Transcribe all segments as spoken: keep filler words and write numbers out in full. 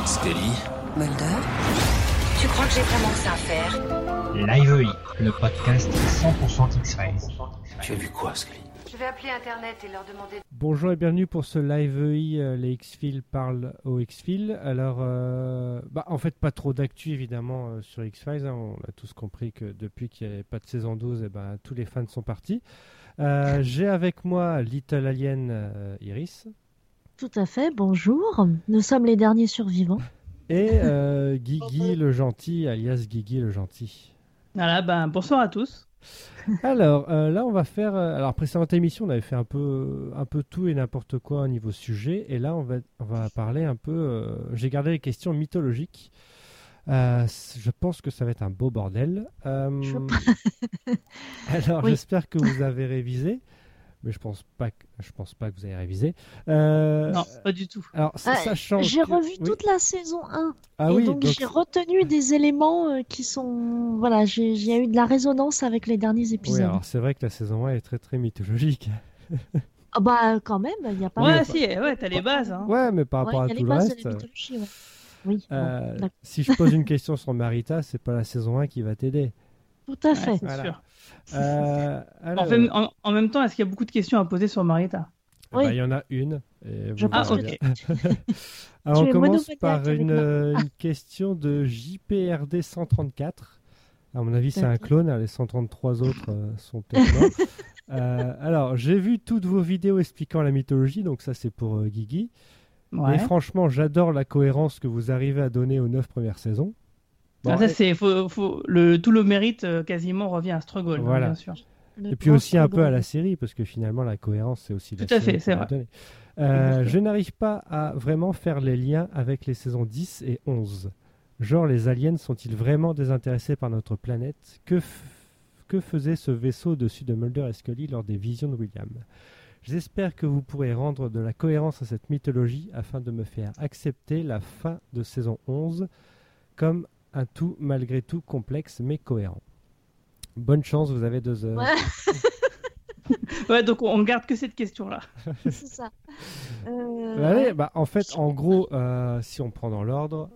Scully. Mulder. Tu crois que j'ai vraiment que ça à faire? Live E I, le podcast cent pour cent X-Files. Tu as vu quoi, Scully? Je vais appeler Internet et leur demander... Bonjour et bienvenue pour ce Live E I, euh, les X-Files parlent aux X-Files. Alors, euh, bah, en fait, pas trop d'actu évidemment euh, sur X-Files. Hein. On a tous compris que depuis qu'il n'y avait pas de saison douze, eh ben, tous les fans sont partis. Euh, j'ai avec moi Little Alien euh, Iris. Tout à fait, bonjour. Nous sommes les derniers survivants. Et euh, Guigui le gentil, alias Guigui le gentil. Voilà, ben, bonsoir à tous. Alors, euh, là, on va faire... Euh, alors, précédente émission, on avait fait un peu, un peu tout et n'importe quoi au niveau sujet. Et là, on va, on va parler un peu... Euh, j'ai gardé les questions mythologiques. Euh, je pense que ça va être un beau bordel. Euh, Je... alors, oui. J'espère que vous avez révisé. Mais je pense pas que, je pense pas que vous avez révisé. Euh, non, pas du tout. Alors, Ah, sachant j'ai que... revu oui. toute la saison un. Ah et oui, donc, donc j'ai retenu des éléments euh, qui sont... Voilà, j'ai, j'ai eu de la résonance avec les derniers épisodes. Oui, alors c'est vrai que la saison un est très très mythologique. Ah bah, quand même, il n'y a pas... Ouais, Oui, si, ouais, t'as les bases. Hein. Ouais, mais par Ouais, rapport il y à a tout les le bases reste... de la mythologie, ouais. Oui, Euh, bon, d'accord. si je pose une question sur Marita, c'est pas la saison un qui va t'aider. Tout à Ouais, fait. c'est Voilà. sûr. Euh, alors, En, fait, en, en même temps, est-ce qu'il y a beaucoup de questions à poser sur Marietta? eh ben, Oui. il y en a une. Et Je vous pense verrez que- bien. Alors, Tu on es commence monomaniaque par avec une, Marita. une question de J P R D cent trente-quatre. À mon avis, c'est un D'accord. clone. hein, Les cent trente-trois autres euh, sont peut-être morts. Euh, alors, j'ai vu toutes vos vidéos expliquant la mythologie, donc ça, c'est pour euh, Guigui. Ouais. Et franchement, j'adore la cohérence que vous arrivez à donner aux neuf premières saisons. Bon, Ah, ça, et- c'est, faut, faut, le, tout le mérite euh, quasiment revient à Struggle, hein, Voilà. bien sûr. Le Et puis grand aussi un peu à la struggle. série, parce que finalement, la cohérence, c'est aussi la Tout à série fait, qui c'est va vrai. donner. Euh, je n'arrive pas à vraiment faire les liens avec les saisons dix et onze. Genre, les aliens sont-ils vraiment désintéressés par notre planète? Que, f- que faisait ce vaisseau au-dessus de Mulder et Scully lors des visions de William? J'espère que vous pourrez rendre de la cohérence à cette mythologie afin de me faire accepter la fin de saison onze comme un tout malgré tout complexe mais cohérent. Bonne chance, vous avez deux heures. Ouais, Ouais, donc on garde que cette question-là. c'est ça. Euh, Allez, ouais. bah, en fait, en gros, euh, si on prend dans l'ordre,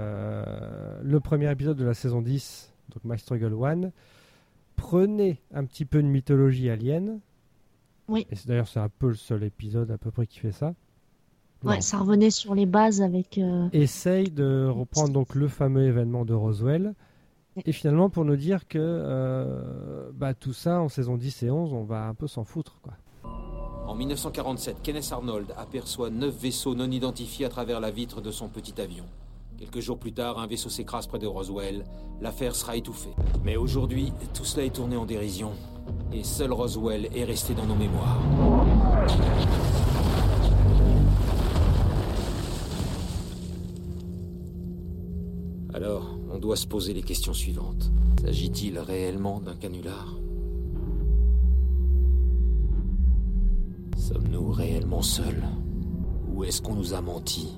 euh, le premier épisode de la saison dix, donc My Struggle un, prenait un petit peu de mythologie alien. Oui. Et c'est, d'ailleurs, c'est un peu le seul épisode à peu près qui fait ça. Ouais, Non. ça revenait sur les bases avec... euh, Essaye de reprendre donc le fameux événement de Roswell. Et finalement, pour nous dire que euh, bah, tout ça, en saison dix et onze, on va un peu s'en foutre, quoi. En mille neuf cent quarante-sept, Kenneth Arnold aperçoit neuf vaisseaux non identifiés à travers la vitre de son petit avion. Quelques jours plus tard, un vaisseau s'écrase près de Roswell. L'affaire sera étouffée. Mais aujourd'hui, tout cela est tourné en dérision. Et seul Roswell est resté dans nos mémoires. Alors, on doit se poser les questions suivantes. S'agit-il réellement d'un canular? Sommes-nous réellement seuls? Ou est-ce qu'on nous a menti?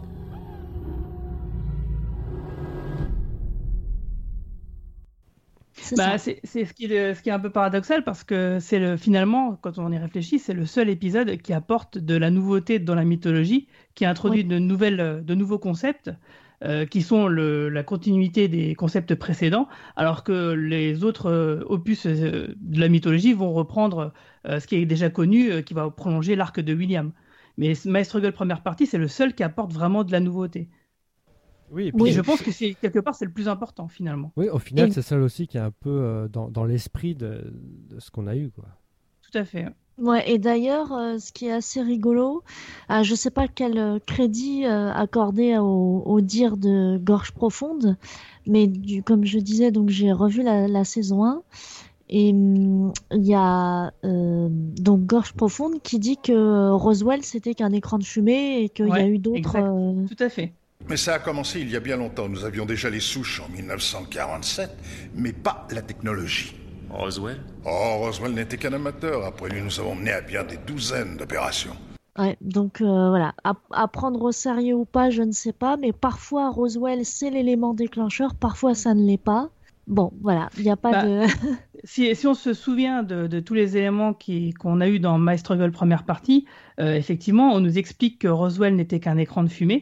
C'est Bah, ça. c'est, c'est ce, qui est, ce qui est un peu paradoxal parce que c'est le, finalement, quand on y réfléchit, c'est le seul épisode qui apporte de la nouveauté dans la mythologie, qui introduit Oui. de, nouvelles, de nouveaux concepts euh, qui sont le, la continuité des concepts précédents, alors que les autres euh, opus euh, de la mythologie vont reprendre euh, ce qui est déjà connu, euh, qui va prolonger l'arc de William. Mais My Struggle première partie, c'est le seul qui apporte vraiment de la nouveauté. Oui, et Et puis, je pense que c'est, quelque part, c'est le plus important, finalement. oui, au final, Et- c'est ça aussi qui est un peu euh, dans, dans l'esprit de, de ce qu'on a eu, quoi. Tout à fait. Ouais, et d'ailleurs, euh, ce qui est assez rigolo, euh, je sais pas quel euh, crédit euh, accorder au, au dire de Gorge Profonde, mais du, comme je disais, donc j'ai revu la, la saison un, et hum, il y a euh, donc Gorge Profonde qui dit que euh, Roswell c'était qu'un écran de fumée et qu'il y a Ouais, eu d'autres... exact. euh, Tout à fait. Mais ça a commencé il y a bien longtemps. Nous avions déjà les souches en mille neuf cent quarante-sept, mais pas la technologie. Roswell? Oh, Roswell n'était qu'un amateur. Après lui, nous avons mené à bien des douzaines d'opérations. Ouais, donc euh, voilà, à, à prendre au sérieux ou pas, je ne sais pas, mais parfois Roswell c'est l'élément déclencheur, parfois ça ne l'est pas. Bon, voilà, il n'y a pas Bah, de... Si, si on se souvient de, de tous les éléments qui, qu'on a eu dans My Struggle première partie, euh, effectivement, on nous explique que Roswell n'était qu'un écran de fumée,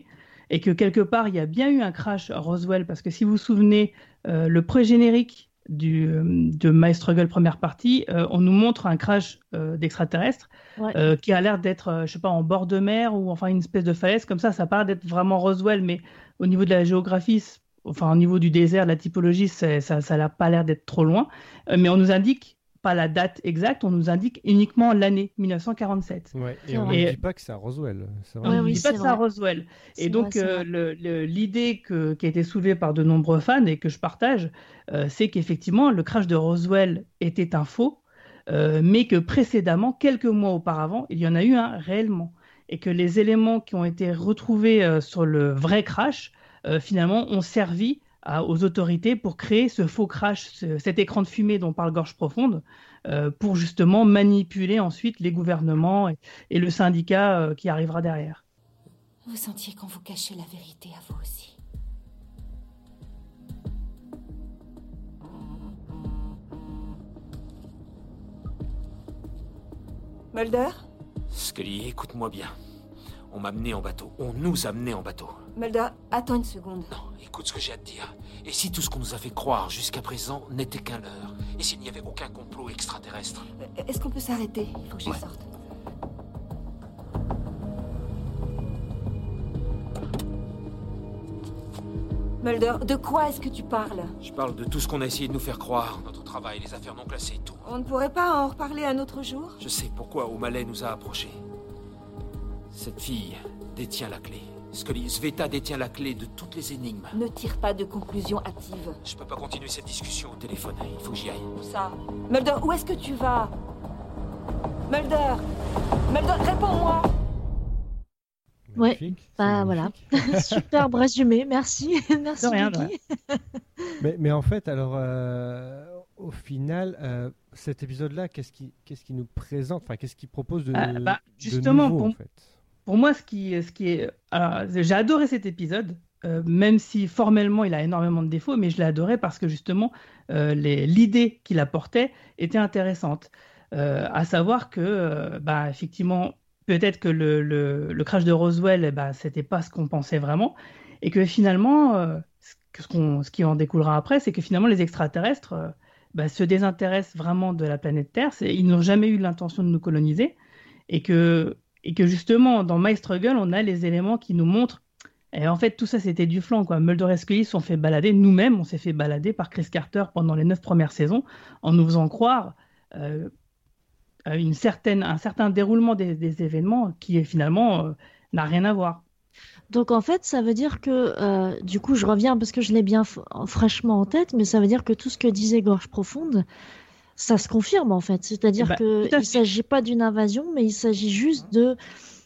et que quelque part, il y a bien eu un crash à Roswell, parce que si vous vous souvenez, euh, le pré-générique du, euh, de My Struggle première partie, euh, on nous montre un crash euh, d'extraterrestres Ouais. euh, qui a l'air d'être, euh, je sais pas, en bord de mer ou enfin une espèce de falaise comme ça. Ça paraît d'être vraiment Roswell, mais au niveau de la géographie, c- enfin au niveau du désert, de la typologie, c'est- ça, ça n'a pas l'air d'être trop loin. Euh, mais on nous indique pas la date exacte, on nous indique uniquement l'année mille neuf cent quarante-sept. Ouais, et C'est on vrai. ne dit pas que c'est à Roswell. C'est On vrai. Ouais, ne oui, dit pas c'est que c'est à vrai. Roswell. C'est Et donc, vrai, c'est euh, vrai. le- le- l'idée que- qui a été soulevée par de nombreux fans et que je partage, euh, c'est qu'effectivement, le crash de Roswell était un faux, euh, mais que précédemment, quelques mois auparavant, il y en a eu un réellement. Et que les éléments qui ont été retrouvés euh, sur le vrai crash, euh, finalement, ont servi à- aux autorités pour créer ce faux crash, ce- cet écran de fumée dont parle Gorge Profonde, euh, pour justement manipuler ensuite les gouvernements et, et le syndicat euh, qui arrivera derrière. Vous sentiez qu'on vous cachait la vérité à vous aussi. Mulder? Scully, écoute-moi bien. On m'a amené en bateau. On nous a amenés en bateau. Mulder, attends une seconde. Non, écoute ce que j'ai à te dire. Et si tout ce qu'on nous a fait croire jusqu'à présent n'était qu'un leurre? Et s'il n'y avait aucun complot extraterrestre? Euh, Est-ce qu'on peut s'arrêter? Il faut que je Ouais. sorte. Mulder, de quoi est-ce que tu parles? Je parle de tout ce qu'on a essayé de nous faire croire. Notre travail, les affaires non classées, tout. On ne pourrait pas en reparler un autre jour? Je sais pourquoi O'Malley nous a approchés. Cette fille détient la clé. Scully, Sveta détient la clé de toutes les énigmes. Ne tire pas de conclusion hâtive. Je peux pas continuer cette discussion au téléphone. Il faut que j'y aille. Où ça? Mulder, où est-ce que tu vas? Mulder! Mulder, réponds-moi! Ouais, Magnifique, c'est Bah voilà. magnifique. Superbe résumé, merci. Merci De rien, de Guigui. mais, mais en fait, alors, euh, au final, euh, cet épisode-là, qu'est-ce qui, qu'est-ce qui nous présente, enfin, qu'est-ce qu'il propose de, Ah, bah, de justement, nouveau, pour- en fait. Pour moi, ce qui, ce qui est... Alors, j'ai adoré cet épisode, euh, même si formellement il a énormément de défauts, mais je l'ai adoré parce que justement, euh, les- l'idée qu'il apportait était intéressante. Euh, à savoir que, euh, bah, effectivement, peut-être que le, le- le crash de Roswell, eh bah, c'était pas ce qu'on pensait vraiment, et que finalement, euh, ce, que- ce qu'on- ce qui en découlera après, c'est que finalement, les extraterrestres euh, bah, se désintéressent vraiment de la planète Terre. C'est- Ils n'ont jamais eu l'intention de nous coloniser, et que et que justement, dans My Struggle, on a les éléments qui nous montrent. Et en fait, tout ça, c'était du flanc, quoi. Mulder et Scully se sont fait balader. Nous-mêmes, on s'est fait balader par Chris Carter pendant les neuf premières saisons, en nous faisant croire euh, à une certaine, un certain déroulement des, des événements qui, finalement, euh, n'a rien à voir. Donc en fait, ça veut dire que, euh, du coup, je reviens parce que je l'ai bien f- fraîchement en tête, mais ça veut dire que tout ce que disait Gorge Profonde, ça se confirme en fait. C'est-à-dire Bah, que tout à il fait. s'agit pas d'une invasion, mais il s'agit juste de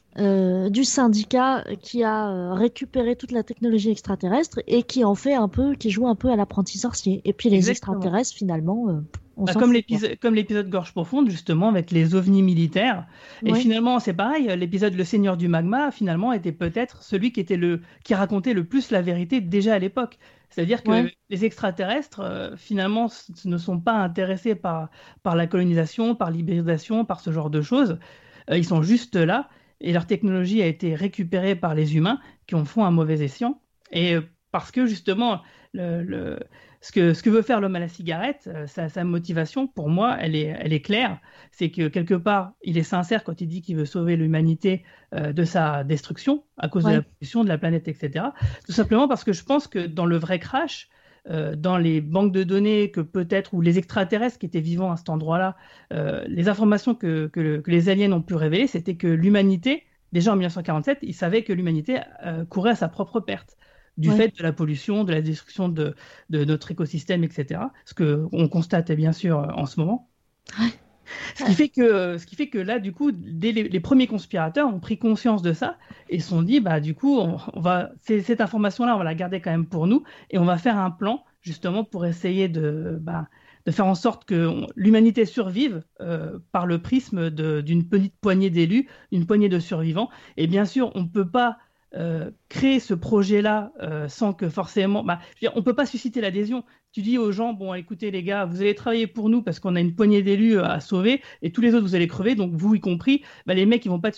euh, du syndicat qui a euh, récupéré toute la technologie extraterrestre et qui en fait un peu, qui joue un peu à l'apprenti sorcier. Et puis les Exactement. extraterrestres, finalement, euh, on Bah, s'en comme fout, l'épisode, comme l'épisode Gorge Profonde, justement, avec les ovnis militaires. Et Ouais. finalement, c'est pareil, l'épisode Le Seigneur du Magma, finalement, était peut-être celui qui, était le, qui racontait le plus la vérité déjà à l'époque. C'est-à-dire que Ouais. les extraterrestres, euh, finalement, s- ne sont pas intéressés par, par la colonisation, par l'hybridation, par ce genre de choses. Euh, ils sont juste là, et leur technologie a été récupérée par les humains qui en font un mauvais escient. Et euh, parce que, justement, le, le- ce que, ce que veut faire l'homme à la cigarette, euh, sa, sa motivation, pour moi, elle est, elle est claire. C'est que quelque part, il est sincère quand il dit qu'il veut sauver l'humanité euh, de sa destruction à cause Ouais. de la pollution de la planète, et cetera. Tout simplement parce que je pense que dans le vrai crash, euh, dans les banques de données que peut-être, ou les extraterrestres qui étaient vivants à cet endroit-là, euh, les informations que, que, le- que les aliens ont pu révéler, c'était que l'humanité, déjà en mille neuf cent quarante-sept, ils savaient que l'humanité euh, courait à sa propre perte du Ouais. fait de la pollution, de la destruction de, de notre écosystème, et cetera. Ce qu'on constate bien sûr en ce moment. Ouais. Ce qui fait que, ce qui fait que là, du coup, dès les, les premiers conspirateurs ont pris conscience de ça et se sont dit, bah, du coup, on, on va, c'est- cette information-là, on va la garder quand même pour nous et on va faire un plan justement pour essayer de, bah, de faire en sorte que on- l'humanité survive euh, par le prisme de- d'une petite poignée d'élus, d'une poignée de survivants. Et bien sûr, on ne peut pas euh, créer ce projet-là euh, sans que forcément... Bah, je veux dire, on ne peut pas susciter l'adhésion. Tu dis aux gens, bon, écoutez les gars, vous allez travailler pour nous parce qu'on a une poignée d'élus à sauver et tous les autres, vous allez crever, donc vous y compris, bah, les mecs, ils vont pas te suivre.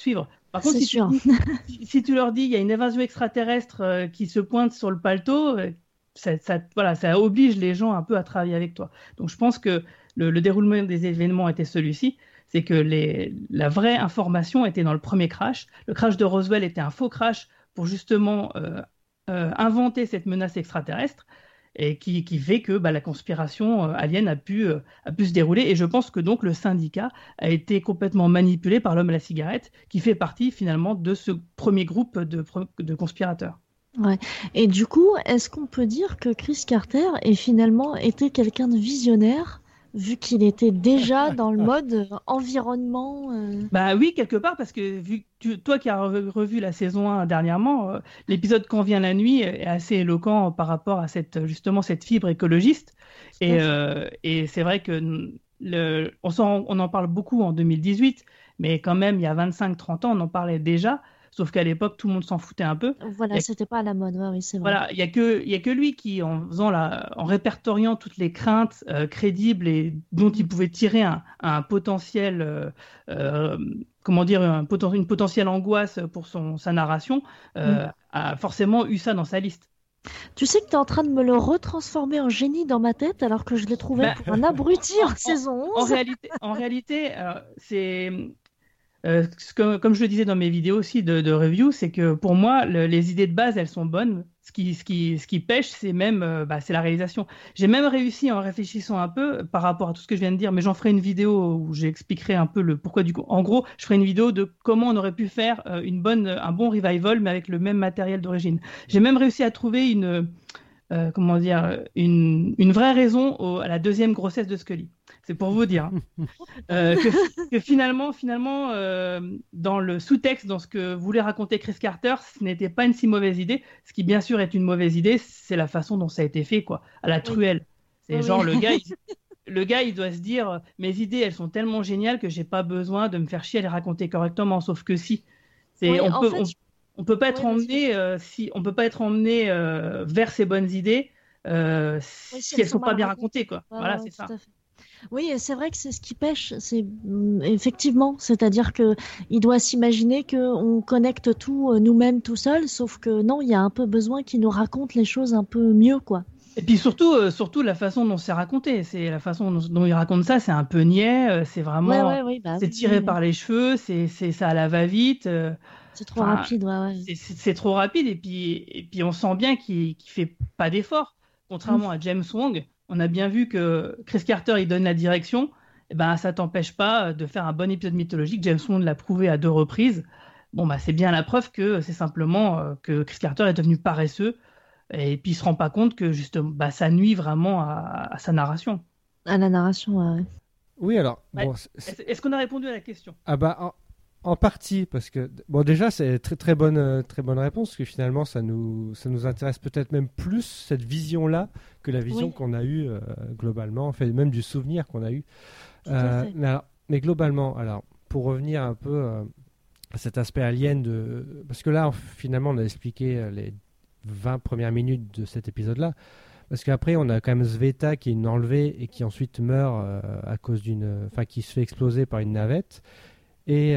Par contre, C'est si sûr. tu, si, si tu leur dis il y a une invasion extraterrestre euh, qui se pointe sur le paletot, euh, ça, ça, voilà, ça oblige les gens un peu à travailler avec toi. Donc je pense que le, le déroulement des événements était celui-ci, c'est que les, la vraie information était dans le premier crash. Le crash de Roswell était un faux crash pour justement euh, euh, inventer cette menace extraterrestre et qui, qui fait que bah, la conspiration euh, alien a pu, euh, a pu se dérouler. Et je pense que donc le syndicat a été complètement manipulé par l'homme à la cigarette, qui fait partie finalement de ce premier groupe de, de conspirateurs. Ouais. Et du coup, est-ce qu'on peut dire que Chris Carter ait finalement été quelqu'un de visionnaire, vu qu'il était déjà dans le mode euh, environnement euh... Bah oui, quelque part, parce que vu que tu, toi qui as revu la saison un dernièrement, euh, l'épisode Quand vient la nuit est assez éloquent par rapport à cette, justement cette fibre écologiste. Et, euh, et c'est vrai que le, on, s'en, on en parle beaucoup en deux mille dix-huit, mais quand même, il y a vingt-cinq trente ans, on en parlait déjà. Sauf qu'à l'époque, tout le monde s'en foutait un peu. Voilà, a... c'était pas à la mode, ouais, oui, c'est vrai. Voilà, il y a que, il y a que lui qui, en faisant la, en répertoriant toutes les craintes euh, crédibles et dont il pouvait tirer un, un potentiel, euh, euh, comment dire, un poten- une potentielle angoisse pour son, sa narration, euh, mm. a forcément eu ça dans sa liste. Tu sais que tu es en train de me le retransformer en génie dans ma tête, alors que je l'ai trouvé bah, pour un abruti en, en saison onze. En réalité, en réalité euh, c'est... Euh, comme, comme je le disais dans mes vidéos aussi de, de review, c'est que pour moi, le, les idées de base, elles sont bonnes. Ce qui, ce qui, ce qui pêche, c'est même euh, bah, c'est la réalisation. J'ai même réussi en réfléchissant un peu par rapport à tout ce que je viens de dire, mais j'en ferai une vidéo où j'expliquerai un peu le pourquoi du coup. En gros, je ferai une vidéo de comment on aurait pu faire euh, une bonne, un bon revival, mais avec le même matériel d'origine. J'ai même réussi à trouver une, euh, comment dire, une, une vraie raison au, à la deuxième grossesse de Scully. C'est pour vous dire hein. euh, que, que finalement, finalement euh, dans le sous-texte, dans ce que voulait raconter Chris Carter, ce n'était pas une si mauvaise idée. Ce qui, bien sûr, est une mauvaise idée, c'est la façon dont ça a été fait, quoi, à la truelle. C'est oui. genre, le gars, il, le gars, il doit se dire « Mes idées, elles sont tellement géniales que j'ai pas besoin de me faire chier à les raconter correctement. » Sauf que si. C'est, oui, on peut, fait, on, on peut pas être ouais, emmené, euh, si, on peut pas être emmené euh, vers ces bonnes idées euh, oui, si, si elles sont, sont pas bien racontées, quoi. Ouais, voilà, ouais, c'est ça. Oui, c'est vrai que c'est ce qui pêche, c'est effectivement, c'est-à-dire que il doit s'imaginer que on connecte tout nous-mêmes tout seul, sauf que non, il y a un peu besoin qu'il nous raconte les choses un peu mieux, quoi. Et puis surtout, euh, surtout la façon dont c'est raconté, c'est la façon dont, dont il raconte ça, c'est un peu niais, euh, c'est vraiment, ouais, ouais, ouais, bah, c'est oui, tiré oui. par les cheveux, c'est, c'est ça à la va-vite. Euh, c'est trop rapide, ouais. ouais. C'est, c'est, c'est trop rapide et puis, et puis on sent bien qu'il, qu'il fait pas d'effort, contrairement mmh. à James Wong. On a bien vu que Chris Carter, il donne la direction. Eh ben, ça t'empêche pas de faire un bon épisode mythologique. James Wong l'a prouvé à deux reprises. Bon, bah, c'est bien la preuve que c'est simplement euh, que Chris Carter est devenu paresseux et puis il se rend pas compte que justement, bah, ça nuit vraiment à, à sa narration. À la narration, ouais. Oui, alors. Ouais. Bon, est-ce, est-ce qu'on a répondu à la question ? Ah bah. En... En partie, parce que bon, déjà c'est très très bonne euh, très bonne réponse, parce que finalement ça nous ça nous intéresse peut-être même plus cette vision-là que la vision oui. qu'on a eue euh, globalement, en fait même du souvenir qu'on a eu. Euh, mais, alors, mais globalement, alors pour revenir un peu euh, à cet aspect alien de, parce que là on, finalement on a expliqué euh, les vingt premières minutes de cet épisode-là. Parce qu'après, on a quand même Sveta qui est une enlevée et qui ensuite meurt euh, à cause d'une, enfin qui se fait exploser par une navette. Et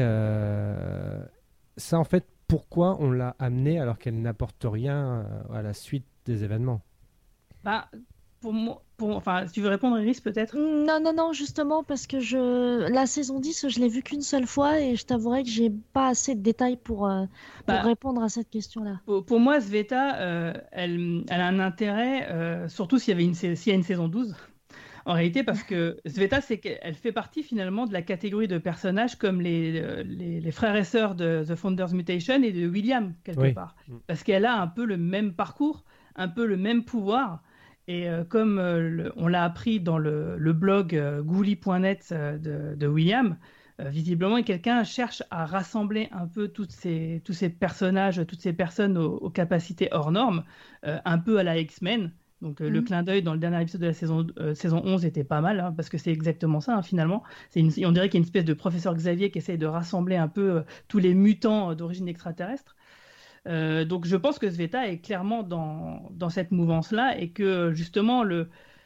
euh, ça, en fait, pourquoi on l'a amenée alors qu'elle n'apporte rien à la suite des événements ? Bah, pour moi, pour, enfin, si tu veux répondre, Iris, peut-être ? Non, non, non, justement, parce que je, la saison dix, je l'ai vue qu'une seule fois et je t'avouerai que j'ai pas assez de détails pour, euh, pour bah, répondre à cette question-là. Pour, pour moi, Sveta, euh, elle, elle a un intérêt, euh, surtout s'il y avait une, s'il y a une saison douze. En réalité, parce que Sveta, c'est qu'elle fait partie finalement de la catégorie de personnages comme les, les, les frères et sœurs de The Founders Mutation et de William, quelque oui. part. Parce qu'elle a un peu le même parcours, un peu le même pouvoir. Et euh, comme euh, le, on l'a appris dans le, le blog euh, gouli point net euh, de, de William, euh, visiblement, quelqu'un cherche à rassembler un peu toutes ces, tous ces personnages, toutes ces personnes aux, aux capacités hors normes, euh, un peu à la X-Men. Donc euh, mmh. le clin d'œil dans le dernier épisode de la saison, euh, saison onze était pas mal, hein, parce que c'est exactement ça, hein, finalement. C'est une, on dirait qu'il y a une espèce de professeur Xavier qui essaye de rassembler un peu euh, tous les mutants euh, d'origine extraterrestre. Euh, donc je pense que Sveta est clairement dans, dans cette mouvance-là, et que justement, le,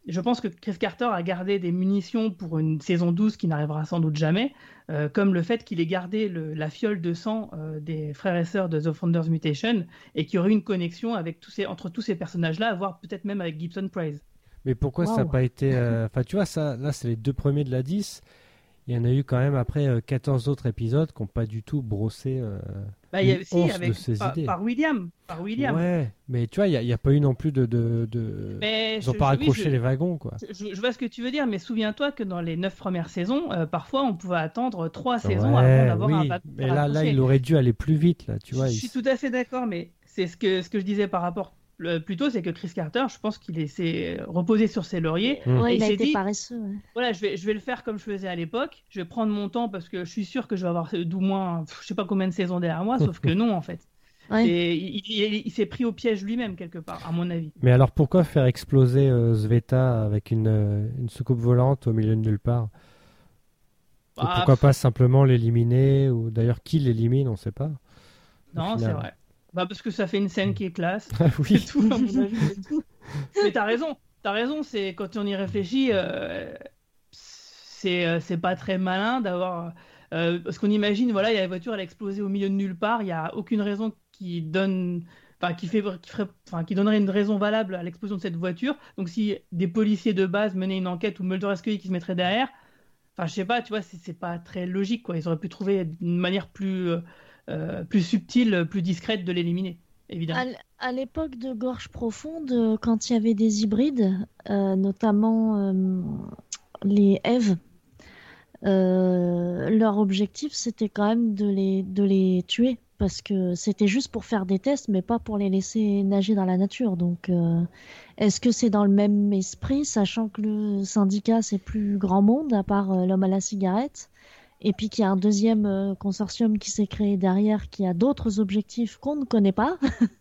je pense que Chris Carter a gardé des munitions pour une saison douze qui n'arrivera sans doute jamais, euh, comme le fait qu'il ait gardé le, la fiole de sang euh, des frères et sœurs de The Founders Mutation et qu'il y aurait une connexion avec tous ces, entre tous ces personnages-là, voire peut-être même avec Gibson Prize. Mais pourquoi wow. ça n'a pas été... Enfin, euh, tu vois, ça, là, c'est les deux premiers de la dix. Il y en a eu quand même après euh, quatorze autres épisodes qui n'ont pas du tout brossé euh, bah, y a, si, avec, de ces par, idées. Par William, par William. Ouais, mais tu vois, il n'y a, a pas eu non plus de... de, de... Mais Ils n'ont je, pas je, raccroché oui, je, les wagons, quoi. Je, je vois ce que tu veux dire, mais souviens-toi que dans les neuf premières saisons, euh, parfois, on pouvait attendre trois saisons ouais, avant d'avoir oui, un wagon. Mais là, là, il aurait dû aller plus vite, là, tu vois. Je il... suis tout à fait d'accord, mais c'est ce que, ce que je disais par rapport... plus tôt, c'est que Chris Carter, je pense qu'il s'est reposé sur ses lauriers. Mmh. Ouais, et il, il a s'est été dit, paresseux. Ouais. Voilà, je vais, je vais le faire comme je faisais à l'époque. Je vais prendre mon temps parce que je suis sûr que je vais avoir d'au moins, je sais pas combien de saisons derrière moi, sauf que non, en fait. Ouais. Et il, il, il s'est pris au piège lui-même, quelque part, à mon avis. Mais alors, pourquoi faire exploser euh, Sveta avec une, euh, une soucoupe volante au milieu de nulle part? bah, Pourquoi pas simplement l'éliminer? Ou d'ailleurs, qui l'élimine, on ne sait pas. Non, c'est vrai. Bah parce que ça fait une scène qui est classe. Ah oui. C'est tout, à mon avis, c'est tout. Mais t'as raison, t'as raison, c'est quand on y réfléchit, euh, c'est euh, c'est pas très malin d'avoir euh, parce qu'on imagine, voilà, il y a la voiture, elle a explosé au milieu de nulle part, il y a aucune raison qui donne, enfin qui fait, qui ferait, enfin qui donnerait une raison valable à l'explosion de cette voiture. Donc si des policiers de base menaient une enquête ou Mulder et Scully qui se mettraient derrière, enfin je sais pas, tu vois, c'est, c'est pas très logique quoi. Ils auraient pu trouver une manière plus euh, Euh, plus subtile, plus discrète de l'éliminer, évidemment. À, à l'époque de Gorge Profonde, quand il y avait des hybrides, euh, notamment euh, les Eve, euh, leur objectif c'était quand même de les, de les tuer, parce que c'était juste pour faire des tests, mais pas pour les laisser nager dans la nature. Donc, euh, est-ce que c'est dans le même esprit, sachant que le syndicat c'est plus grand monde, à part euh, l'homme à la cigarette? Et puis qu'il y a un deuxième euh, consortium qui s'est créé derrière, qui a d'autres objectifs qu'on ne connaît pas.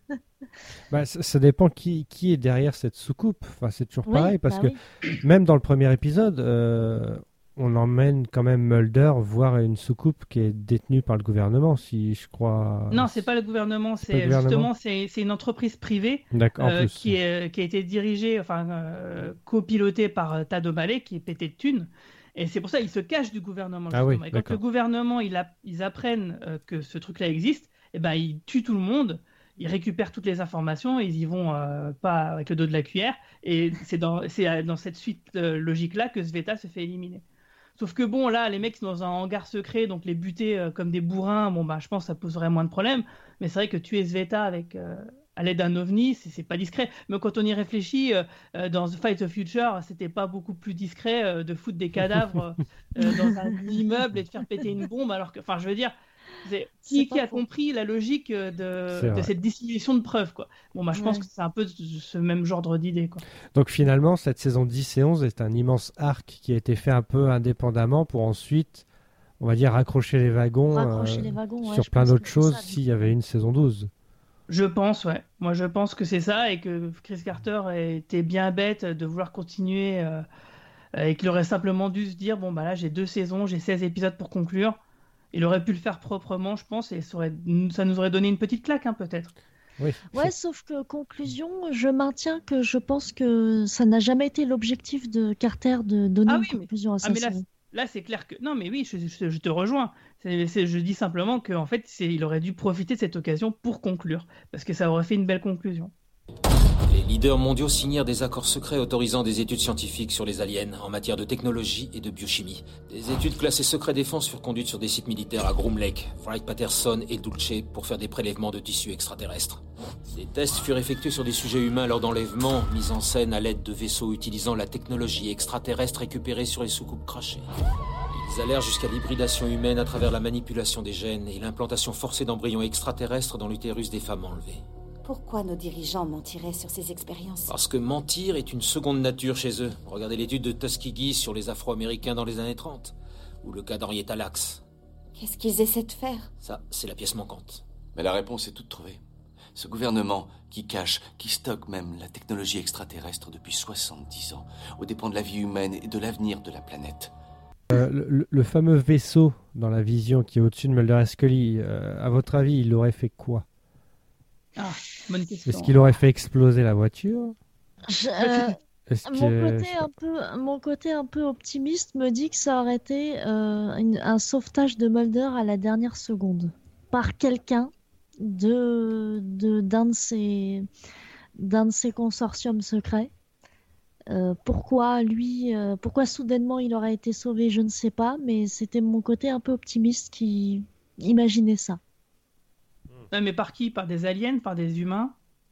bah, ça, ça dépend qui, qui est derrière cette soucoupe. Enfin, c'est toujours pareil, oui, parce bah que oui. même dans le premier épisode, euh, on emmène quand même Mulder voir une soucoupe qui est détenue par le gouvernement, si je crois. Non, c'est pas le gouvernement, c'est, c'est le gouvernement. Justement c'est, c'est une entreprise privée euh, qui, est, qui a été dirigée, enfin euh, copilotée par Tad O'Malley, qui est pété de thunes. Et c'est pour ça qu'ils se cachent du gouvernement. Ah oui, et quand le gouvernement il a, ils apprennent euh, que ce truc-là existe, et ben ils tuent tout le monde, ils récupèrent toutes les informations, ils y vont euh, pas avec le dos de la cuillère. Et c'est dans, c'est dans cette suite euh, logique-là que Sveta se fait éliminer. Sauf que bon, là, les mecs sont dans un hangar secret, donc les buter euh, comme des bourrins, bon bah je pense que ça poserait moins de problèmes. Mais c'est vrai que tuer Sveta avec euh, à l'aide d'un ovni, c'est, c'est pas discret. Mais quand on y réfléchit, euh, dans The Fight of Future, c'était pas beaucoup plus discret euh, de foutre des cadavres euh, dans un immeuble et de faire péter une bombe, alors que, enfin, je veux dire, c'est... qui, qui a faux. compris la logique de, de cette dissimulation de preuves, quoi. Bon, bah, je ouais. pense que c'est un peu ce même genre d'idée, quoi. Donc finalement, cette saison dix et onze est un immense arc qui a été fait un peu indépendamment pour ensuite, on va dire, raccrocher les wagons, raccrocher euh, les wagons ouais, sur plein d'autres choses s'il y avait une saison douze. Je pense, ouais. Moi, je pense que c'est ça et que Chris Carter était bien bête de vouloir continuer euh, et qu'il aurait simplement dû se dire, bon, bah là, j'ai deux saisons, j'ai seize épisodes pour conclure. Il aurait pu le faire proprement, je pense, et ça, aurait, ça nous aurait donné une petite claque, hein, peut-être. Oui. Ouais, sauf que, conclusion, je maintiens que je pense que ça n'a jamais été l'objectif de Carter de donner ah, une oui, conclusion mais... à sa ah, mais là, série. Là, c'est clair que... Non, mais oui, je, je, je te rejoins. C'est, c'est, je dis simplement qu'en fait, c'est, il aurait dû profiter de cette occasion pour conclure, parce que ça aurait fait une belle conclusion. Les leaders mondiaux signèrent des accords secrets autorisant des études scientifiques sur les aliens en matière de technologie et de biochimie. Des études classées secret défense furent conduites sur des sites militaires à Groom Lake, Wright-Patterson et Dulce pour faire des prélèvements de tissus extraterrestres. Ces tests furent effectués sur des sujets humains lors d'enlèvements mis en scène à l'aide de vaisseaux utilisant la technologie extraterrestre récupérée sur les soucoupes crachées. Ils allèrent jusqu'à l'hybridation humaine à travers la manipulation des gènes et l'implantation forcée d'embryons extraterrestres dans l'utérus des femmes enlevées. Pourquoi nos dirigeants mentiraient sur ces expériences ? Parce que mentir est une seconde nature chez eux. Regardez l'étude de Tuskegee sur les Afro-Américains dans les années trente, ou le cas d'Henrietta Lacks. Qu'est-ce qu'ils essaient de faire ? Ça, c'est la pièce manquante. Mais la réponse est toute trouvée. Ce gouvernement qui cache, qui stocke même la technologie extraterrestre depuis soixante-dix ans, aux dépens de la vie humaine et de l'avenir de la planète. Euh, le, le fameux vaisseau dans la vision qui est au-dessus de Mulder et Scully, euh, à votre avis, il aurait fait quoi ? Ah, bonne question. Est-ce qu'il aurait fait exploser la voiture ? Je, euh, Est-ce Mon que... côté, un peu, mon côté un peu optimiste me dit que ça aurait été euh, une- un sauvetage de Mulder à la dernière seconde par quelqu'un de, de, d'un de ses, d'un de ses consortiums secrets. Euh, pourquoi lui, euh, pourquoi soudainement il aurait été sauvé, je ne sais pas, mais c'était mon côté un peu optimiste qui imaginait ça. Ouais, mais par qui? Par des aliens? Par des humains?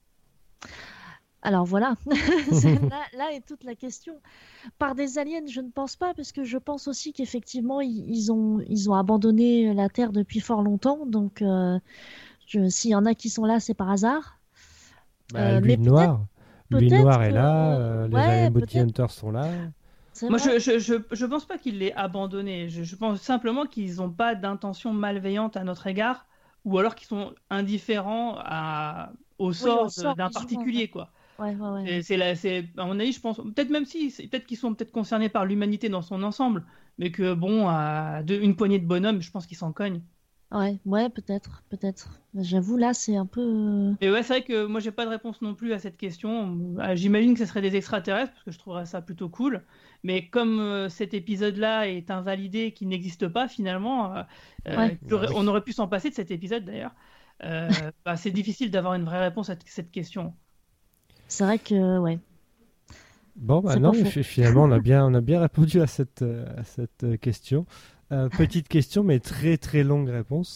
Alors voilà, C'est- là, là est toute la question. Par des aliens, je ne pense pas, parce que je pense aussi qu'effectivement, ils, ils ont, ils ont abandonné la Terre depuis fort longtemps. Donc, euh, je- s'il y en a qui sont là, c'est par hasard. Bah, Euh, lui mais noir. Lui peut-être noir est que- là, euh, les ouais, Alien Bounty peut-être. Hunters sont là. C'est Moi, vrai. je, je, je, je pense pas qu'ils l'aient abandonné. Je, je pense simplement qu'ils n'ont pas d'intention malveillante à notre égard, ou alors qu'ils sont indifférents à, au sort, au sort de- d'un des humains, particulier, ouais. quoi. Ouais, ouais, ouais. C'est, c'est la- c'est- à mon avis, je pense, peut-être même si, c'est- peut-être qu'ils sont peut-être concernés par l'humanité dans son ensemble, mais que bon, à deux- une poignée de bonhommes, je pense qu'ils s'en cognent. Ouais, ouais, peut-être, peut-être. J'avoue, là, c'est un peu. euh, Et ouais, c'est vrai que moi, j'ai pas de réponse non plus à cette question. Euh, J'imagine que ce serait des extraterrestres, parce que je trouverais ça plutôt cool. Mais comme euh, cet épisode-là est invalidé, qui n'existe pas finalement, euh, euh, Ouais. j'aurais- on aurait pu s'en passer de cet épisode d'ailleurs. Euh, bah, c'est difficile d'avoir une vraie réponse à t- cette question. C'est vrai que, ouais. Bon, bah C'est non, pas faux. fi- finalement, on a bien, on a bien répondu à cette, euh, à cette euh, question. Euh, petite question, mais très très longue réponse.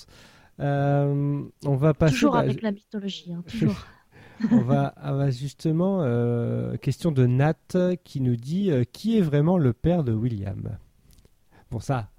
Euh, on va passer. Toujours bah, avec la mythologie, hein, toujours. on va, on va justement, euh, question de Nat qui nous dit euh, qui est vraiment le père de William. Bon, ça,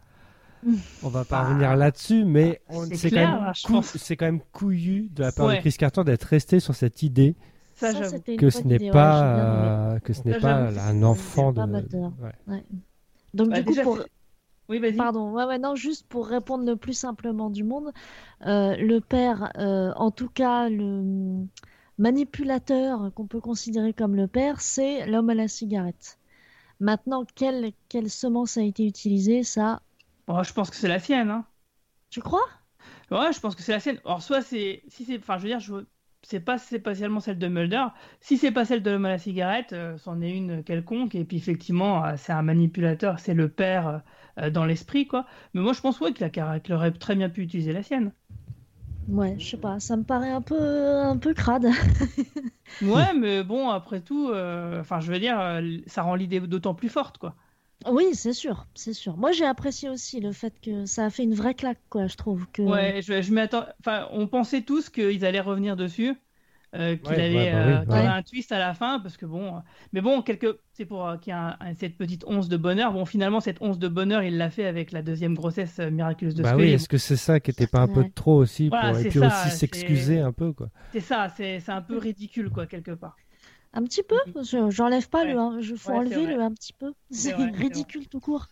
on va pas Bah, revenir là-dessus, mais on- c'est c'est clair, quand, même je cou- pense. c'est quand même couillu de la part Ouais. de Chris Carter d'être resté sur cette idée Ça, Ça, j'avoue. c'était une que bonne ce n'est idée, ouais, pas, j'ai bien aimé. euh, que ce n'est Ça, pas j'avoue. un enfant de. pas Mulder. Ouais. Ouais. Donc, Bah, du coup, déjà, pour. c'est- Oui, vas-y. Pardon, ouais, ouais, non, juste pour répondre le plus simplement du monde, euh, le père, euh, en tout cas, le manipulateur qu'on peut considérer comme le père, c'est l'homme à la cigarette. Maintenant, quelle, quelle semence a été utilisée, ça, Bon, je pense que c'est la sienne, hein. tu crois? Ouais, je pense que c'est la sienne. Alors, soit c'est. Si c'est... Enfin, je veux dire, je... c'est pas spécialement celle de Mulder. Si c'est pas celle de l'homme à la cigarette, euh, c'en est une quelconque. Et puis, effectivement, euh, c'est un manipulateur, c'est le père euh, dans l'esprit, quoi. Mais moi, je pense, ouais, qu'il a... qu'il aurait très bien pu utiliser la sienne. Ouais, je sais pas, ça me paraît un peu, un peu crade. Ouais, mais bon, après tout, euh, enfin, je veux dire, euh, ça rend l'idée d'autant plus forte, quoi. Oui, c'est sûr, c'est sûr. Moi, j'ai apprécié aussi le fait que ça a fait une vraie claque, quoi, je trouve que... Ouais, je, je m'attends. Enfin, on pensait tous qu'ils allaient revenir dessus, euh, qu'il Ouais, allait, ouais, bah oui, euh, qu'il y ouais. aurait un twist à la fin, parce que bon, euh, mais bon, quelque, c'est pour euh, qu'il y ait un- un- cette petite once de bonheur. Bon, finalement, cette once de bonheur, il l'a fait avec la deuxième grossesse euh, miraculeuse de Bah Scully. oui, est-ce que c'est ça qui était pas un peu Ouais. trop aussi pour... Voilà, et c'est puis ça, aussi c'est- s'excuser un peu quoi. C'est ça, c'est c'est un peu ridicule, quoi, quelque part. Un petit peu, je- j'enlève pas Ouais. le, hein, je faut Ouais, c'est enlever vrai. le un petit peu. C'est C'est vrai, c'est ridicule tout court.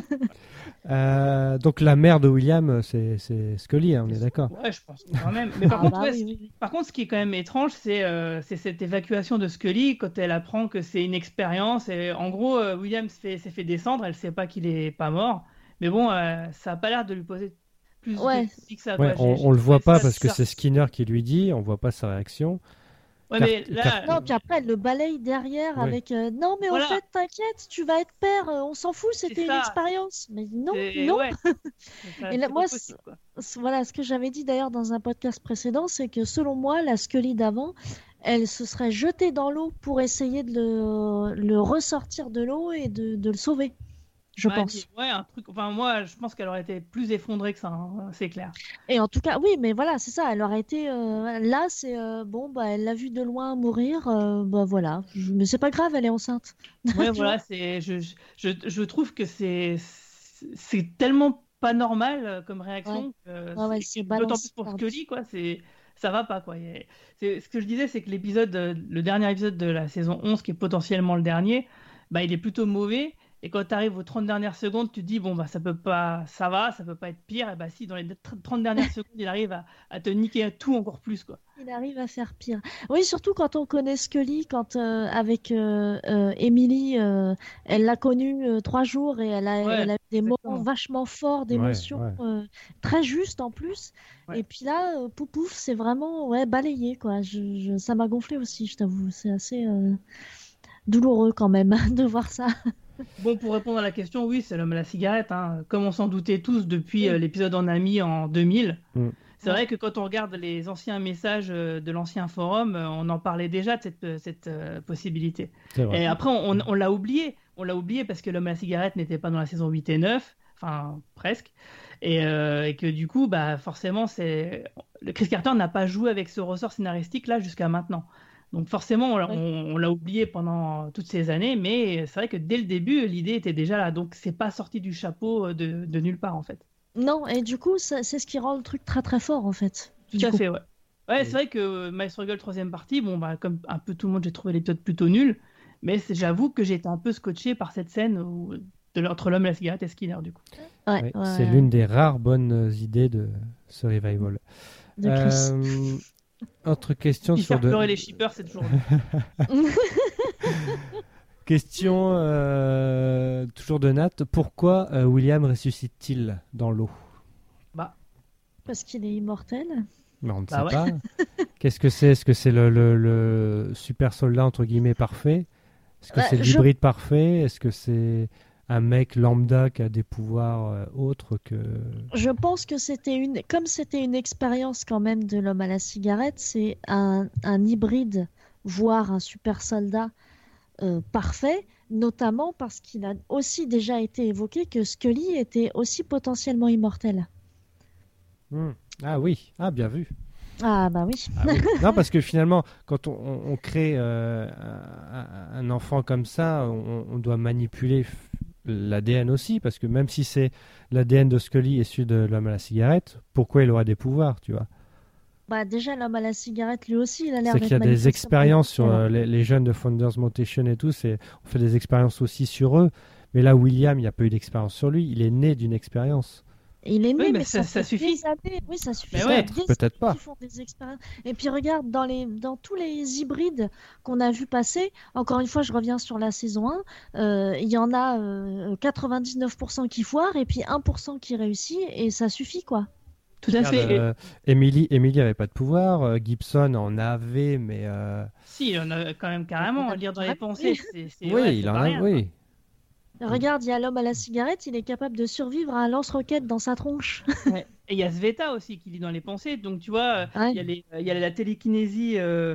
Euh, donc la mère de William, c'est c'est Scully, hein, on est d'accord. Ouais, je pense quand même. Mais par Ah contre, bah ouais, oui, ce- oui, oui. par contre, ce qui est quand même étrange, c'est euh, c'est cette évacuation de Scully quand elle apprend que c'est une expérience. Et en gros, euh, William s'est fait, s'est fait descendre, elle sait pas qu'il est pas mort. Mais bon, euh, ça a pas l'air de lui poser plus Ouais. de soucis que ça. Ouais, quoi. on, J'ai- on le j'ai voit trouvé pas ça parce que bizarre. c'est Skinner qui lui dit, on voit pas sa réaction. Ouais, Car- mais là, car- Non, puis après, elle le balaye derrière Ouais. avec euh, non, mais Voilà. au fait, t'inquiète, tu vas être père, euh, on s'en fout, c'était une ça. expérience. Mais non, c'est- non. ouais. Ça, Et là, c'est moi, pas possible, quoi. C- Voilà, ce que j'avais dit d'ailleurs dans un podcast précédent, c'est que selon moi, la Scully d'avant, elle se serait jetée dans l'eau pour essayer de le, le ressortir de l'eau et de, de le sauver, je Bah, pense. Ouais, un truc. Enfin, moi, je pense qu'elle aurait été plus effondrée que ça, hein, c'est clair. Et en tout cas, oui, mais voilà, c'est ça, elle aurait été... euh, là, c'est... euh, bon, bah, elle l'a vu de loin mourir, euh, bah voilà. Je- mais c'est pas grave, elle est enceinte. Ouais, voilà, c'est. Je, je, je trouve que c'est c'est tellement pas normal euh, comme réaction. que Ouais, ouais, c'est- c'est D'autant balance plus pour par-dessus. Scully, quoi. C'est ça va pas, quoi. Il y a- c'est ce que je disais, c'est que l'épisode, euh, le dernier épisode de la saison onze, qui est potentiellement le dernier, bah, il est plutôt mauvais. Et quand tu arrives aux trente dernières secondes, tu te dis, bon, bah, ça peut pas, ça va, ça peut pas être pire. Et bah, si, dans les trente dernières secondes, il arrive à, à te niquer tout encore plus, quoi. Il arrive à faire pire. Oui, surtout quand on connaît Scully, quand euh, avec euh, euh, Emily, euh, elle l'a connue euh, trois jours et elle a, Ouais, elle a eu des exactement. moments vachement forts, d'émotions ouais. euh, très justes en plus. Ouais. Et puis là, euh, pouf pouf, c'est vraiment ouais, balayé, quoi. Je, je- ça m'a gonflé aussi, je t'avoue. C'est assez. euh, douloureux quand même de voir ça. Bon, pour répondre à la question, oui, c'est l'homme à la cigarette. Hein. Comme on s'en doutait tous depuis Oui. euh, l'épisode en ami en deux mille. Mm. C'est vrai que quand on regarde les anciens messages euh, de l'ancien forum, euh, on en parlait déjà de cette, euh, cette euh, possibilité. C'est vrai. Et après, on, on- on l'a oublié. On l'a oublié parce que l'homme à la cigarette n'était pas dans la saison huit et neuf, enfin presque. Et, euh, et que du coup, bah, forcément, c'est... le Chris Carter n'a pas joué avec ce ressort scénaristique là jusqu'à maintenant. Donc forcément, on, l'a- Ouais. on- on l'a oublié pendant toutes ces années, mais c'est vrai que dès le début, l'idée était déjà là. Donc c'est pas sorti du chapeau de, de nulle part en fait. Non, et du coup, ça- c'est ce qui rend le truc très très fort en fait. Tout Du à coup. fait, ouais. Ouais, c'est vrai que My Struggle troisième partie, bon, bah, comme un peu tout le monde, j'ai trouvé l'épisode plutôt nul, mais c'est- j'avoue que j'ai été un peu scotché par cette scène où, de, entre l'homme et la cigarette et Skinner, du coup. Ouais, Oui, ouais, c'est ouais. l'une des rares bonnes idées de ce revival. De Chris. Euh, autre question Puis sur faire de... pleurer les shippers, c'est toujours... Question euh, toujours de Nat. Pourquoi euh, William ressuscite-t-il dans l'eau? Bah, Parce qu'il est immortel. Mais on ne Bah sait ouais. pas. Qu'est-ce que c'est? Est-ce que c'est le, le- le super soldat entre guillemets parfait? Est-ce que Bah, c'est je- l'hybride parfait? Est-ce que c'est un mec lambda qui a des pouvoirs euh, autres que... Je pense que c'était une, comme c'était une expérience quand même de l'homme à la cigarette, c'est un, un hybride, voire un super soldat euh, parfait, notamment parce qu'il a aussi déjà été évoqué que Scully était aussi potentiellement immortel. Hmm. Ah oui, ah bien vu. Ah bah oui. Ah oui. Non, parce que finalement, quand on, on- on crée euh, un, un enfant comme ça, on, on doit manipuler f- l'A D N aussi, parce que même si c'est l'A D N de Scully issu de l'homme à la cigarette, pourquoi il aurait des pouvoirs, tu vois? Bah déjà l'homme à la cigarette lui aussi, il a l'air C'est d'être qu'il y a des manifestement expériences sur immortel. euh, les, les jeunes de Founders Mutation et tout, c'est, on fait des expériences aussi sur eux, mais là, William, il n'y a pas eu d'expérience sur lui, il est né d'une expérience. Il est né, Oui, mais mais ça- ça, ça fait suffit. des années. Oui, ça suffit. Mais Ça ouais. fait des Peut-être années pas. qu'ils font des expériences. Et puis regarde, dans les, dans tous les hybrides qu'on a vu passer, encore une fois, je reviens sur la saison un, euh, il y en a euh, quatre-vingt-dix-neuf pour cent qui foirent et puis un pour cent qui réussit et ça suffit, quoi. Tout à Regarde, fait. Et- euh, Emily, Emily avait pas de pouvoir, euh, Gibson en avait, mais euh, Si, il en a quand même carrément. Lire dans les pensées, c'est... c'est- oui, ouais, il c'est en pas a, rien, oui. Regarde, il y a l'homme à la cigarette, il est capable de survivre à un lance-roquette dans sa tronche. Ouais. Et il y a Sveta aussi qui lit dans les pensées. Donc, tu vois, euh, Ouais. il y a, les- il y a la télékinésie euh,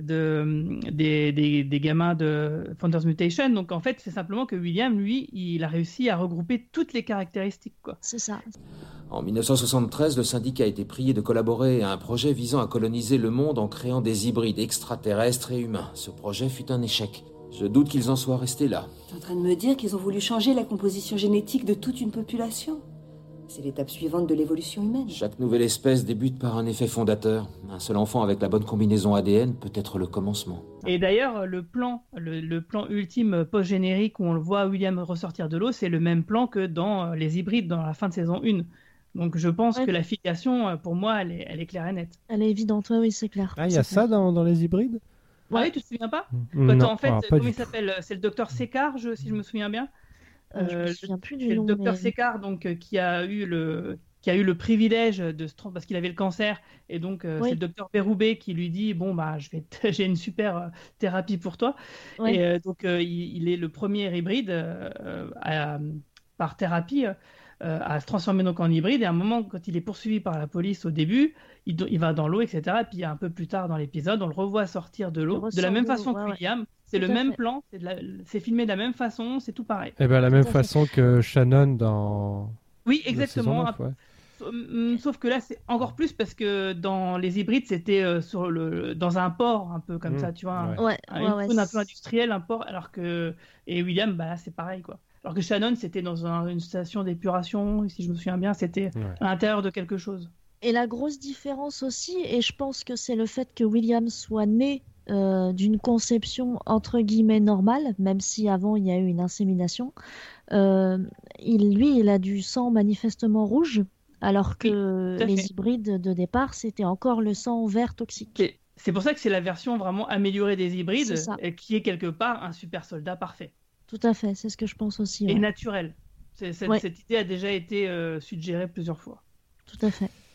de, des, des, des gamins de Founders Mutation. Donc, en fait, c'est simplement que William, lui, il a réussi à regrouper toutes les caractéristiques, quoi. C'est ça. En mille neuf cent soixante-treize, le syndicat a été prié de collaborer à un projet visant à coloniser le monde en créant des hybrides extraterrestres et humains. Ce projet fut un échec. Je doute qu'ils en soient restés là. T'es en train de me dire qu'ils ont voulu changer la composition génétique de toute une population? C'est l'étape suivante de l'évolution humaine. Chaque nouvelle espèce débute par un effet fondateur. Un seul enfant avec la bonne combinaison A D N peut être le commencement. Et d'ailleurs, le plan, le, le plan ultime post-générique où on le voit William ressortir de l'eau, c'est le même plan que dans euh, les hybrides dans la fin de saison un. Donc je pense Ouais. que la filiation, euh, pour moi, elle est, elle est claire et nette. Elle est évidente, ouais, oui, c'est clair. Ah, il y a C'est ça dans, dans les hybrides? Ah oui, tu te souviens pas? Non, Quand, en fait, alors, pas comment du il tout. s'appelle? C'est le docteur Sekar, je- si je me souviens bien. Euh, je me Euh, souviens plus C'est du le nom. docteur mais- Sekar, donc euh, qui a eu le qui a eu le privilège de se tromper parce qu'il avait le cancer, et donc euh, Oui. c'est le docteur Beroubé qui lui dit bon bah je vais te- j'ai une super euh, thérapie pour toi. Ouais. Et euh, donc euh, il, il est le premier hybride euh, à- par thérapie euh, à se transformer donc en hybride. Et à un moment, quand il est poursuivi par la police au début, il, do- il va dans l'eau, et cetera. Et puis un peu plus tard dans l'épisode, on le revoit sortir de Il l'eau de la ressort même de l'eau, façon ouais, que ouais. William. C'est Tout le à même fait. plan, c'est de la- c'est filmé de la même façon, c'est tout pareil. Eh ben, la même à fait. façon que Shannon dans Oui, la saison exactement. neuf, ouais. Sauf- hum, Sauf que là, c'est encore plus parce que dans les hybrides, c'était euh, sur le, dans un port, un peu comme Mmh, ça, tu vois, un- ouais. Ouais, un- ouais, une ouais, zone un peu c'est- industrielle, un port, alors que. Et William, bah là, c'est pareil, quoi. Alors que Shannon, c'était dans un- une station d'épuration, si je me souviens bien, c'était Ouais. à l'intérieur de quelque chose. Et la grosse différence aussi, et je pense que c'est le fait que William soit né euh, d'une conception entre guillemets normale, même si avant il y a eu une insémination, euh, il, lui, il a du sang manifestement rouge, alors que tout à les fait. hybrides de départ, c'était encore le sang vert toxique. C'est- C'est pour ça que c'est la version vraiment améliorée des hybrides, C'est ça. et qui est quelque part un super soldat parfait Tout à fait, c'est ce que je pense aussi. et Ouais. naturel. C'est- Cette, Ouais. cette idée a déjà été euh, suggérée plusieurs fois. Tout à fait.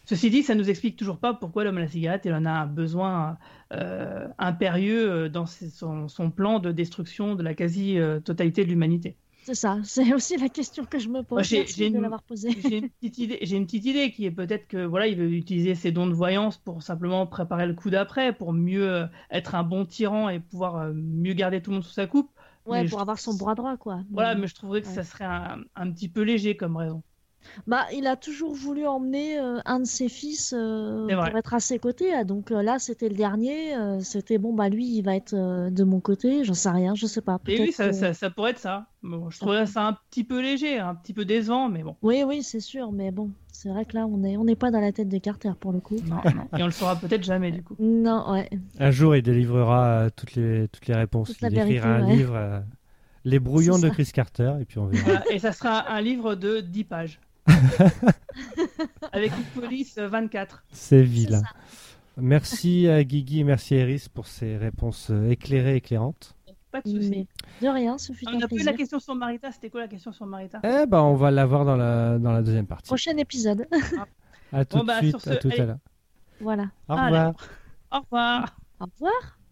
Ceci dit, ça nous explique toujours pas pourquoi l'homme à la cigarette, il en a un besoin euh, impérieux dans ses, son, son plan de destruction de la quasi-totalité de l'humanité. C'est ça, c'est aussi la question que je me pose. Moi, j'ai, Merci j'ai de une, l'avoir posée. J'ai une petite idée, j'ai une petite idée qui est peut-être que voilà, il veut utiliser ses dons de voyance pour simplement préparer le coup d'après, pour mieux euh, être un bon tyran et pouvoir euh, mieux garder tout le monde sous sa coupe. Ouais, mais pour je... avoir son bras droit, quoi. Voilà, mais, mais je trouverais que ouais. ça serait un, un petit peu léger comme raison. Bah, il a toujours voulu emmener euh, un de ses fils euh, C'est vrai. pour être à ses côtés. hein. Donc euh, là, c'était le dernier. euh, c'était bon, bah lui, il va être euh, de mon côté. J'en sais rien, je sais pas. Et Peut-être oui, ça, que- ça, ça pourrait être ça. Bon, je Ça trouverais peut- ça un petit peu léger, un petit peu décevant, mais bon. Oui, oui, c'est sûr. Mais bon, c'est vrai que là, on est, on n'est pas dans la tête de Carter pour le coup. Non, non. Et on le saura peut-être jamais du coup. Non, ouais. Un jour, il délivrera euh, toutes les, toutes les réponses. Toute la il écrira vérité, un ouais. livre, euh, Les brouillons C'est de ça. Chris Carter, et puis on verra. Voilà, et ça sera un livre de dix pages. Avec une police euh, vingt-quatre. C'est vilain. Merci à Guigui et merci à Eris pour ces réponses euh, éclairées, éclairantes. Pas de soucis. Mais de rien, ce fut On un a plus plaisir. la question sur Marita. C'était quoi la question sur Marita? Eh ben, on va l'avoir dans la, dans la deuxième partie. Prochain épisode. À tout Bon, de bah, suite, sur ce, à tout allez. à l'heure. Voilà. Au Allez. revoir. Au revoir. Au revoir.